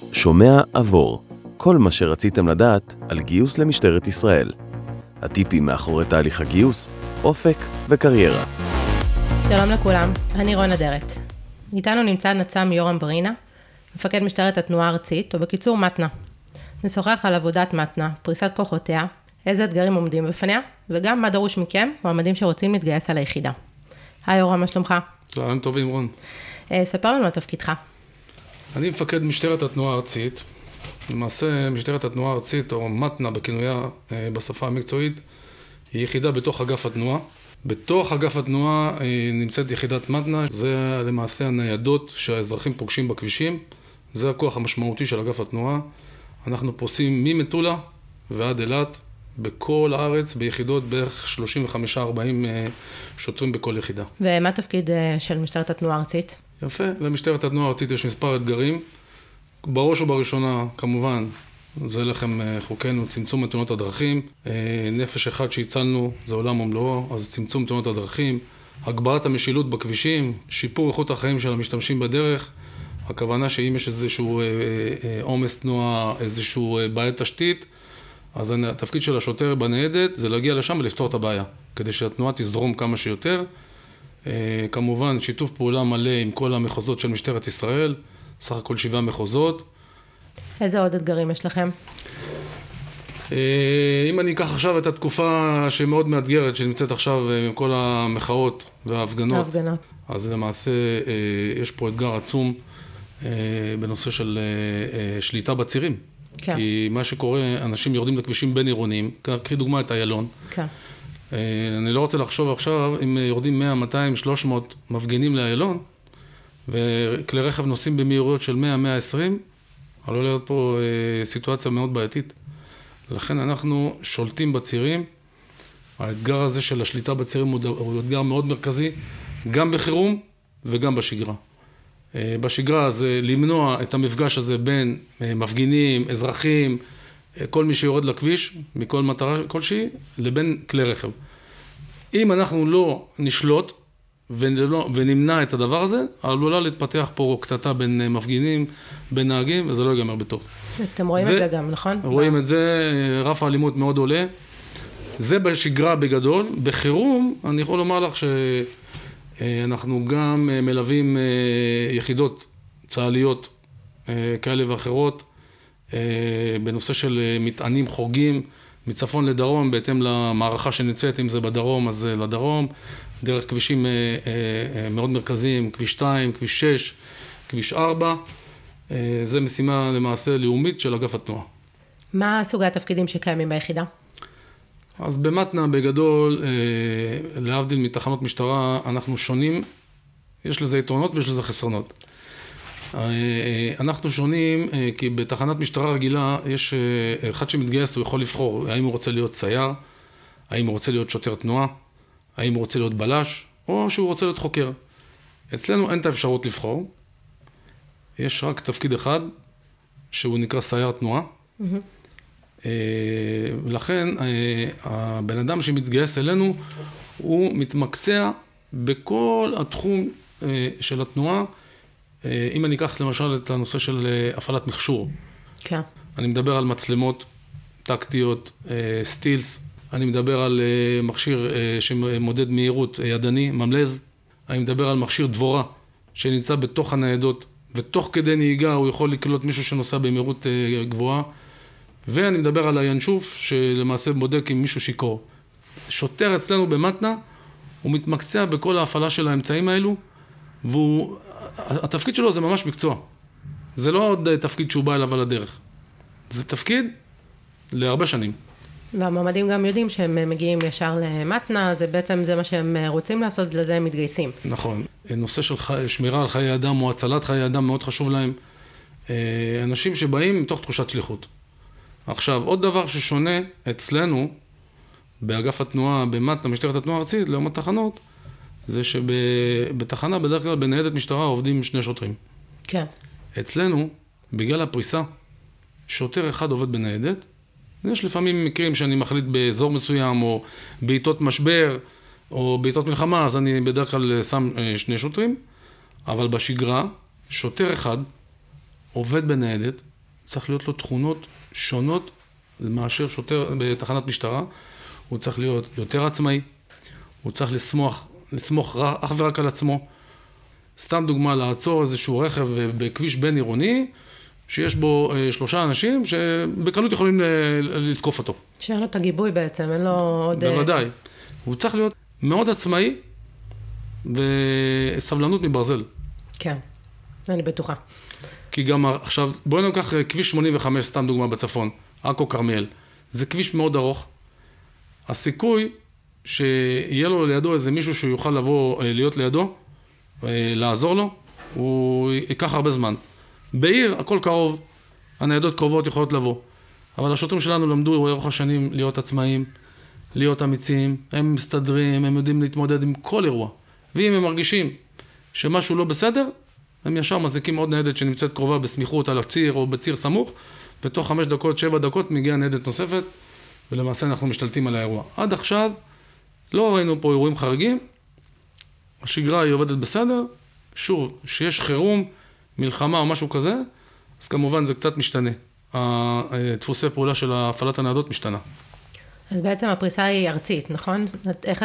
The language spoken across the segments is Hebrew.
שומע עבור, כל מה שרציתם לדעת על גיוס למשטרת ישראל. הטיפים מאחורי תהליך הגיוס, אופק וקריירה. שלום לכולם, אני רון אדרת. איתנו נמצא נצ"מ יורם ברינה, מפקד משטרת התנועה הארצית, או בקיצור מתנה. נשוחח על עבודת מתנה, פריסת כוחותיה, איזה אתגרים עומדים בפניה, וגם מה דרוש מכם, מועמדים שרוצים להתגייס על היחידה. היי יורם, מה שלומך? צהריים טובים, רון. ספר לנו על תפקידך. אני מפקד משטרת התנועה הארצית. למעשה, משטרת התנועה הארצית, או מתנה בכינויה בשפה המקצועית, היא יחידה בתוך אגף התנועה. בתוך אגף התנועה נמצאת יחידת מתנה, זה למעשה הניידות שהאזרחים פוגשים בכבישים. זה הכוח המשמעותי של אגף התנועה. אנחנו פוסעים ממטולה ועד אילת, בכל הארץ, ביחידות בערך 35-40 שוטרים בכל יחידה. ומה התפקיד של משטרת התנועה הארצית? יפה, למשטרת התנועה הארצית יש מספר אתגרים. בראש ובראשונה, כמובן, זה לכם חוקנו, צמצום תאונות הדרכים. נפש אחד שהצלנו, זה עולם ומלואו, אז צמצום תאונות הדרכים. הגברת המשילות בכבישים, שיפור איכות החיים של המשתמשים בדרך. הכוונה שאם יש איזשהו עומס תנועה, איזשהו בעיית תשתית, אז התפקיד של השוטר בניידת זה להגיע לשם ולפתור את הבעיה, כדי שהתנועה תזרום כמה שיותר. כמובן, שיתוף פעולה מלא עם כל המחוזות של משטרת ישראל, סך הכל 7 מחוזות. איזה עוד אתגרים יש לכם? אם אני אקח עכשיו את התקופה שמאוד מאתגרת, שנמצאת עכשיו עם כל המחאות וההפגנות, אז למעשה יש פה אתגר עצום בנושא של שליטה בצירים. כן. כי מה שקורה, אנשים יורדים לכבישים בין עירוניים, קחי דוגמה את איילון. כן. אני לא רוצה לחשוב עכשיו אם יורדים 100, 200, 300 מפגינים לאיילון, וכלי רכב נוסעים במהירויות של 100, 120, עלול להיות פה סיטואציה מאוד בעייתית. לכן אנחנו שולטים בצירים. האתגר הזה של השליטה בצירים הוא אתגר מאוד מרכזי, גם בחירום וגם בשגרה. בשגרה זה למנוע את המפגש הזה בין מפגינים, אזרחים, כל מי שיורד לכביש, מכל מטרה כלשהי, לבין כלי רכב. אם אנחנו לא נשלוט ונמנע את הדבר הזה, עלולה להתפתח פה קטטה בין מפגינים, בין נהגים, וזה לא ייגמר בטוב. אתם רואים את זה גם, נכון? רואים את זה, רף האלימות מאוד עולה. זה בשגרה בגדול. בחירום, אני יכול לומר לך שאנחנו גם מלווים יחידות צה"ליות כאלה ואחרות, בנושא של מטענים חורגים מצפון לדרום, בהתאם למערכה שנמצאת, אם זה בדרום, אז לדרום, דרך כבישים מאוד מרכזיים, כביש 2, כביש 6, כביש 4, זה משימה למעשה לאומית של אגף התנועה. מה סוגי התפקידים שקיימים ביחידה? אז במתנה בגדול, להבדיל מתחנות משטרה, אנחנו שונים, יש לזה יתרונות ויש לזה חסרונות. אנחנו שונים כי בתחנת משטרה רגילה יש אחד שמתגייס, הוא יכול לבחור האם הוא רוצה להיות סייר, האם הוא רוצה להיות שוטר תנועה, האם הוא רוצה להיות בלש, או שהוא רוצה להיות חוקר. אצלנו אין את האפשרות לבחור, יש רק תפקיד אחד שהוא נקרא סייר תנועה. לכן הבן אדם שמתגייס אלינו הוא מתמקצע בכל התחום של התנועה. אם אני אקח למשל את הנושא של הפעלת מכשור, כן. אני מדבר על מצלמות טקטיות, סטילס, אני מדבר על מכשיר שמודד מהירות ידני, ממלז, אני מדבר על מכשיר דבורה שנמצא בתוך הניידות, ותוך כדי נהיגה הוא יכול לקלוט מישהו שנוסע במהירות גבוהה, ואני מדבר על הינשוף שלמעשה בודק עם מישהו שיקור. שוטר אצלנו במתנה, הוא מתמקצע בכל ההפעלה של האמצעים האלו, והתפקיד שלו זה ממש מקצוע. זה לא עוד תפקיד שהוא בא אליו על הדרך. זה תפקיד להרבה שנים. והמועמדים גם יודעים שהם מגיעים ישר למתנה, זה בעצם זה מה שהם רוצים לעשות, לזה הם מתגייסים. נכון. נושא של שמירה על חיי אדם או הצלת חיי אדם מאוד חשוב להם. אנשים שבאים מתוך תחושת שליחות. עכשיו, עוד דבר ששונה אצלנו, באגף התנועה, במתנה, משטרת התנועה הארצית, לעומת תחנות, זה שבתחנה בדרך כלל בניידת משטרה עובדים 2 שוטרים. כן. אצלנו, בגלל הפריסה, שוטר אחד עובד בניידת, יש לפעמים מקרים שאני מחליט באזור מסוים, או בעיתות משבר, או בעיתות מלחמה, אז אני בדרך כלל שם 2 שוטרים, אבל בשגרה, שוטר אחד עובד בניידת צריך להיות לו תכונות שונות מאשר שוטר בתחנת משטרה. הוא צריך להיות יותר עצמאי, הוא צריך לסמוך אך ורק על עצמו. סתם דוגמה, לעצור איזשהו רכב בכביש בין עירוני, שיש בו 3 אנשים שבקלות יכולים לתקוף אותו. שאין לו את הגיבוי בעצם, אין לו עוד... בוודאי. הוא צריך להיות מאוד עצמאי וסבלנות מברזל. כן, אני בטוחה. כי גם עכשיו, בואו ניקח כביש 85, סתם דוגמה בצפון, עכו כרמיאל. זה כביש מאוד ארוך. הסיכוי שיהיה לו לידו איזה מישהו שהוא יוכל לבוא להיות לידו, לעזור לו, הוא ייקח הרבה זמן. בעיר הכל קרוב, הניידות קרובות יכולות לבוא. אבל השוטרים שלנו למדו לאורך השנים להיות עצמאיים, להיות אמיצים, הם מסתדרים, הם יודעים להתמודד עם כל אירוע. ואם הם מרגישים שמשהו לא בסדר, הם ישר מזיקים עוד ניידת שנמצאת קרובה בסמיכות על הציר או בציר סמוך, ותוך 5 דקות, 7 דקות מגיעה ניידת נוספת, ולמעשה אנחנו משתלטים על האירוע. עד עכשיו לא ראינו פה אירועים חריגים, השגרה היא עובדת בסדר, שוב, שיש חירום, מלחמה או משהו כזה, אז כמובן זה קצת משתנה. דפוסי פעולה של הפעלת הניידות משתנה. אז בעצם הפריסה היא ארצית, נכון? איך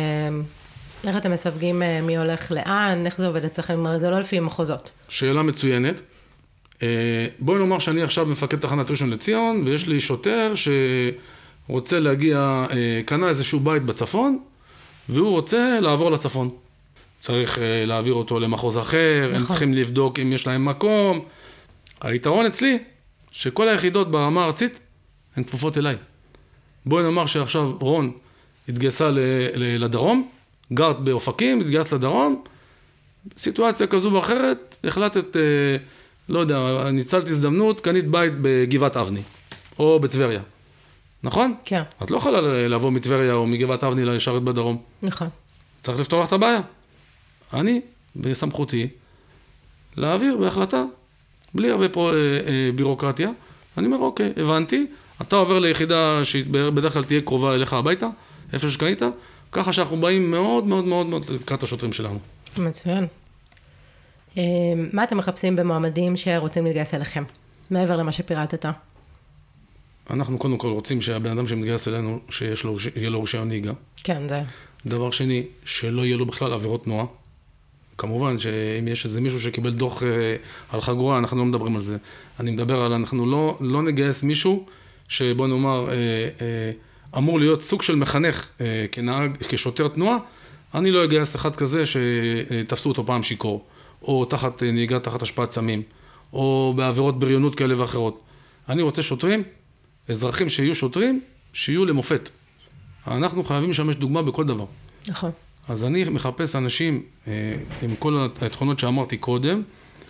אתם מסווגים מי הולך לאן, איך זה עובד אצלכם? זה לא לפי מחוזות. שאלה מצוינת. בואי נאמר שאני עכשיו מפקד תחנת ראשון לציון, ויש לי שוטר שרוצה להגיע, קנה איזשהו בית בצפון, והוא רוצה לעבור לצפון. צריך להעביר אותו למחוז אחר, נכון. הם צריכים לבדוק אם יש להם מקום. היתרון אצלי, שכל היחידות ברמה הארצית, הן כפופות אליי. בואי נאמר שעכשיו רון התגייסה לדרום, גרת באופקים, התגייס לדרום, סיטואציה כזו ואחרת, החלטת, לא יודע, ניצלת הזדמנות, קנית בית בגבעת אבני, או בטבריה. נכון? כן. את לא יכולה לבוא מטבריה או מגבעת אבני לשרת בדרום. נכון. צריך לפתור לך את הבעיה. אני, בסמכותי, להעביר בהחלטה, בלי הרבה בירוקרטיה, אני אומר, אוקיי, הבנתי, אתה עובר ליחידה שבדרך כלל תהיה קרובה אליך הביתה, איפה שקנית, ככה שאנחנו באים מאוד מאוד מאוד מאוד לקראת השוטרים שלנו. מצוין. מה אתם מחפשים במועמדים שרוצים להתגייס אליכם, מעבר למה שפירטת? אנחנו קודם כל רוצים שהבן אדם שמתגייס אלינו, שיהיה לו רישיון נהיגה. כן, זה. דבר שני, שלא יהיה לו בכלל עבירות תנועה. כמובן שאם יש איזה מישהו שקיבל דוח על חגורה, אנחנו לא מדברים על זה. אני מדבר על, אנחנו לא נגייס מישהו שבוא נאמר, אמור להיות סוג של מחנך כנהג, כשוטר תנועה, אני לא אגייס אחד כזה שתפסו אותו פעם שיקור, או תחת נהיגה תחת השפעת סמים, או בעבירות בריונות כאלה ואחרות. אני רוצה שוטרים, אזרחים שיהיו שוטרים, שיהיו למופת. אנחנו חייבים לשמש דוגמה בכל דבר. נכון. אז אני מחפש אנשים עם כל התכונות שאמרתי קודם,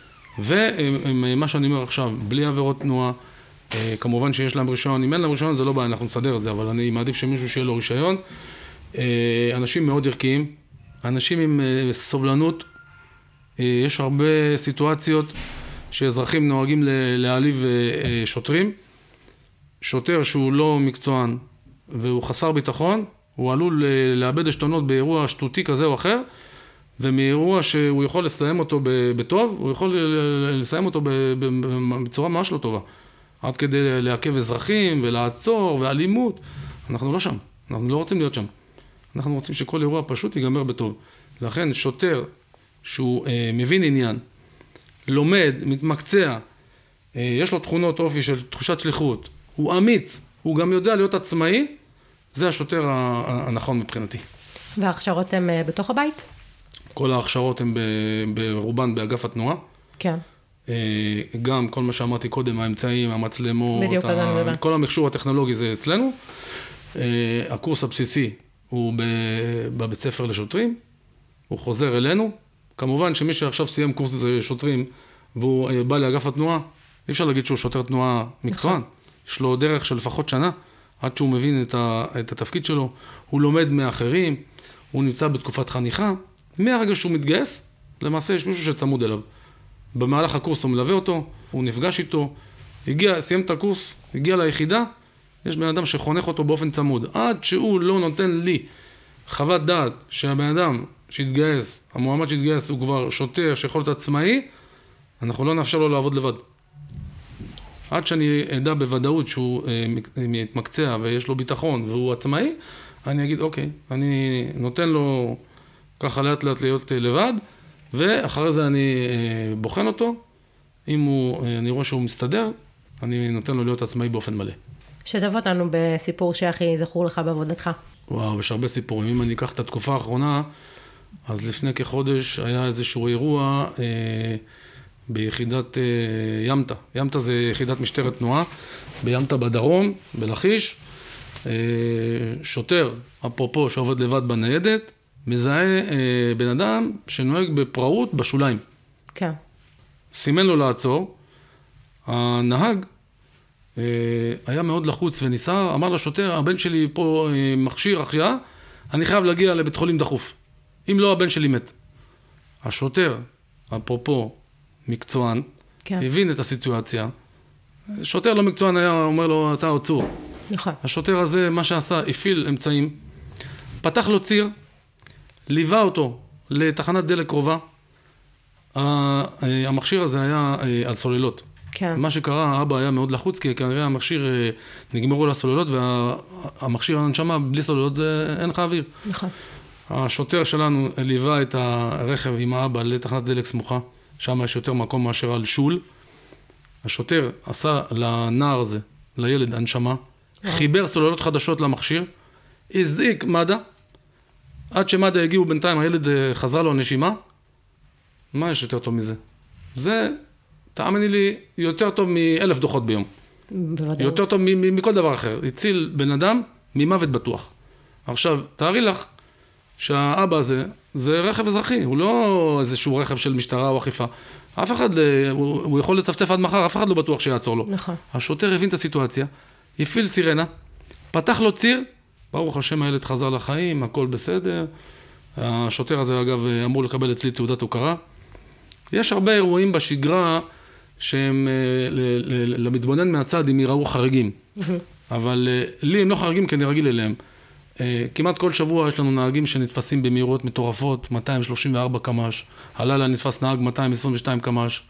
ומה שאני אומר עכשיו, בלי עבירות תנועה, כמובן שיש להם רישיון, אם אין להם רישיון זה לא בעיה, אנחנו נסדר את זה, אבל אני מעדיף שמישהו שיהיה לו רישיון. אנשים מאוד ערכיים, אנשים עם סובלנות, יש הרבה סיטואציות שאזרחים נוהגים להעליב שוטרים, שוטר שהוא לא מקצוען והוא חסר ביטחון, הוא עלול לאבד השתונות באירוע שטותי כזה או אחר, ומאירוע שהוא יכול לסיים אותו בטוב, הוא יכול לסיים אותו בצורה ממש לא טובה. עד כדי לעכב אזרחים ולעצור ואלימות. אנחנו לא שם, אנחנו לא רוצים להיות שם. אנחנו רוצים שכל אירוע פשוט ייגמר בטוב. לכן שוטר שהוא מבין עניין, לומד, מתמקצע, יש לו תכונות אופי של תחושת שליחות, הוא אמיץ, הוא גם יודע להיות עצמאי, זה השוטר הנכון מבחינתי. וההכשרות הן בתוך הבית? כל ההכשרות הן ברובן באגף התנועה. כן. גם כל מה שאמרתי קודם, האמצעים, המצלמות, בדיוק, כל המכשור הטכנולוגי זה אצלנו. הקורס הבסיסי הוא בבית ספר לשוטרים, הוא חוזר אלינו. כמובן שמי שעכשיו סיים קורס שוטרים והוא בא לאגף התנועה, אי אפשר להגיד שהוא שוטר תנועה מקצוען. יש לו דרך של לפחות שנה, עד שהוא מבין את התפקיד שלו. הוא לומד מאחרים, הוא נמצא בתקופת חניכה. מהרגע שהוא מתגייס, למעשה יש מישהו שצמוד אליו. במהלך הקורס הוא מלווה אותו, הוא נפגש איתו, סיים את הקורס, הגיע ליחידה, יש בן אדם שחונך אותו באופן צמוד. עד שהוא לא נותן לי חוות דעת שהבן אדם שהתגייס, המועמד שהתגייס הוא כבר שוטר שיכול להיות עצמאי, אנחנו לא נאפשר לו לעבוד לבד. עד שאני אדע בוודאות שהוא מתמקצע ויש לו ביטחון והוא עצמאי, אני אגיד, אוקיי, אני נותן לו ככה לאט לאט להיות לבד, ואחרי זה אני בוחן אותו. אם אני רואה שהוא מסתדר, אני נותן לו להיות עצמאי באופן מלא. שתף אותנו בסיפור שהכי זכור לך בעבודתך. וואו, יש הרבה סיפורים. אם אני אקח את התקופה האחרונה, אז לפני כחודש היה איזשהו אירוע ביחידת ימתה. ימתה זה יחידת משטרת תנועה, בימתה בדרום, בלחיש. שוטר, אפרופו, שעובד לבד בניידת, מזהה בן אדם שנוהג בפראות בשוליים. כן. סימן לו לעצור. הנהג היה מאוד לחוץ וניסה, אמר לשוטר, הבן שלי פה מכשיר החייאה, אני חייב להגיע לבית חולים דחוף. אם לא, הבן שלי מת. השוטר, אפרופו מקצוען, כן. הבין את הסיטואציה. שוטר לא מקצוען היה אומר לו, אתה עצור. נכון. השוטר הזה, מה שעשה, הפעיל אמצעים, פתח לו ציר, ליווה אותו לתחנת דלק קרובה. המכשיר הזה היה על סוללות. כן. מה שקרה, האבא היה מאוד לחוץ, כי כנראה המכשיר נגמרו לסוללות, והמכשיר הנשמה, בלי סוללות אין לך אוויר. נכון. השוטר שלנו ליווה את הרכב עם האבא לתחנת דלק סמוכה, שם יש יותר מקום מאשר על שול. השוטר עשה לנער הזה, לילד הנשמה, חיבר סוללות חדשות למכשיר, הזעיק מד"א, עד שמד"א הגיעו בינתיים, הילד חזר לו הנשימה. מה יש יותר טוב מזה? זה, תאמיני לי, יותר טוב מ1,000 דוחות ביום. בוודאות. יותר טוב מכל דבר אחר. הציל בן אדם ממוות בטוח. עכשיו, תארי לך שהאבא הזה, זה רכב אזרחי, הוא לא איזשהו רכב של משטרה או אכיפה. אף אחד, הוא יכול לצפצף עד מחר, אף אחד לא בטוח שיעצור לו. נכון. השוטר הבין את הסיטואציה, הפעיל סירנה, פתח לו ציר, ברוך השם הילד חזר לחיים, הכל בסדר. השוטר הזה אגב אמור לקבל אצלי תעודת הוקרה. יש הרבה אירועים בשגרה שהם למתבונן מהצד הם יראו חריגים. אבל לי הם לא חריגים כי אני רגיל אליהם. כמעט כל שבוע יש לנו נהגים שנתפסים במהירות מטורפות, 234 קמ"ש, הלילה נתפס נהג 222 קמ"ש.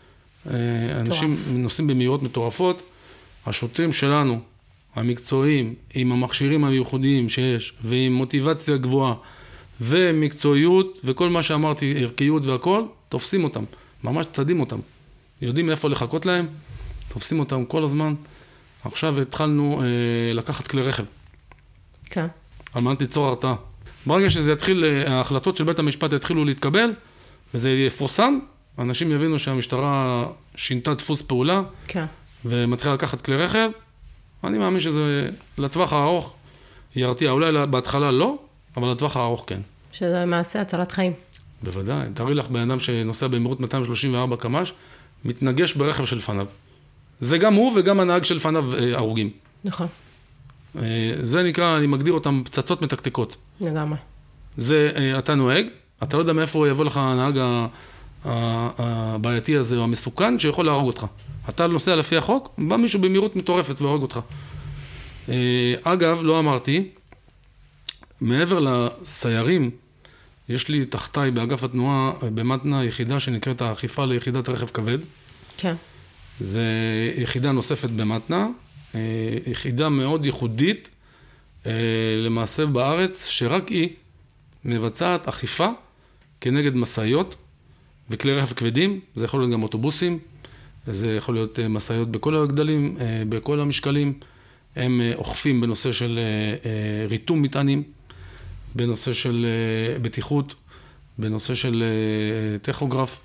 אנשים נוסעים במהירות מטורפות. השוטרים שלנו, המקצועיים, עם המכשירים המיוחדים שיש, ועם מוטיבציה גבוהה, ומקצועיות, וכל מה שאמרתי, ערכיות והכל, תופסים אותם, ממש צדים אותם. יודעים איפה לחכות להם, תופסים אותם כל הזמן. עכשיו התחלנו לקחת כלי רכב. כן. על מנת ליצור הרתעה. ברגע שזה יתחיל, ההחלטות של בית המשפט יתחילו להתקבל, וזה יפורסם, אנשים יבינו שהמשטרה שינתה דפוס פעולה, כן. ומתחילה לקחת כלי רכב. אני מאמין שזה לטווח הארוך ירתיע. אולי בהתחלה לא, אבל לטווח הארוך כן. שזה למעשה הצלת חיים. בוודאי. תראי לך בן אדם שנוסע במהירות 234 קמ"ש, מתנגש ברכב של פניו. זה גם הוא וגם הנהג של פניו הרוגים. נכון. זה נקרא, אני מגדיר אותם פצצות מתקתקות. לגמרי. זה אתה נוהג, אתה לא יודע מאיפה יבוא לך הנהג הבעייתי הזה או המסוכן שיכול להרוג אותך. אתה נוסע לפי החוק, בא מישהו במהירות מטורפת והורג אותך. אגב, לא אמרתי, מעבר לסיירים, יש לי תחתיי באגף התנועה במתנה יחידה שנקראת האכיפה ליחידת רכב כבד. כן. זה יחידה נוספת במתנה, יחידה מאוד ייחודית, למעשה בארץ, שרק היא מבצעת אכיפה כנגד מסעיות וכלי רכב כבדים, זה יכול להיות גם אוטובוסים, זה יכול להיות מסעיות בכל הגדלים, בכל המשקלים, הם אוכפים בנושא של ריתום מטענים, בנושא של בטיחות, בנושא של טכוגרף,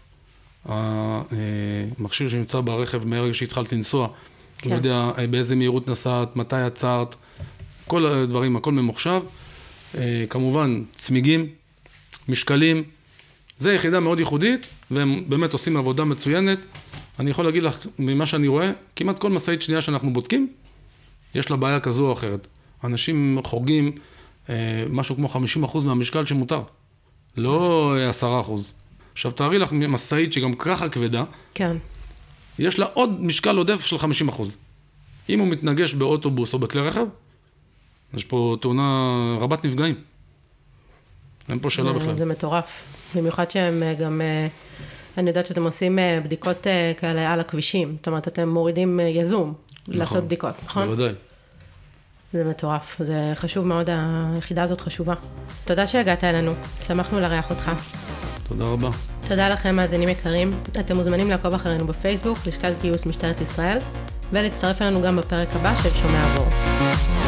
המכשיר שנמצא ברכב מהרגע שהתחלת לנסוע, הוא יודע באיזה מהירות נסעת, מתי עצרת, כל הדברים, הכל ממוחשב, כמובן צמיגים, משקלים, זה יחידה מאוד ייחודית, והם באמת עושים עבודה מצוינת. אני יכול להגיד לך, ממה שאני רואה, כמעט כל מסעית שנייה שאנחנו בודקים, יש לה בעיה כזו או אחרת. אנשים חורגים משהו כמו 50% מהמשקל שמותר, לא 10%. עכשיו תארי לך מסעית שגם ככה כבדה, כן. יש לה עוד משקל עודף של 50%. אם הוא מתנגש באוטובוס או בכלי רכב, יש פה תאונה רבת נפגעים. אין פה שאלה בכלל. זה מטורף. במיוחד שהם גם, אני יודעת שאתם עושים בדיקות כאלה על הכבישים, זאת אומרת, אתם מורידים יזום לעשות בדיקות, נכון? בוודאי. זה מטורף, זה חשוב מאוד, היחידה הזאת חשובה. תודה שהגעת אלינו, שמחנו לארח אותך. תודה רבה. תודה לכם מאזינים יקרים, אתם מוזמנים לעקוב אחרינו בפייסבוק, לשכת גיוס משטרת ישראל, ולהצטרף אלינו גם בפרק הבא של שומע עבור.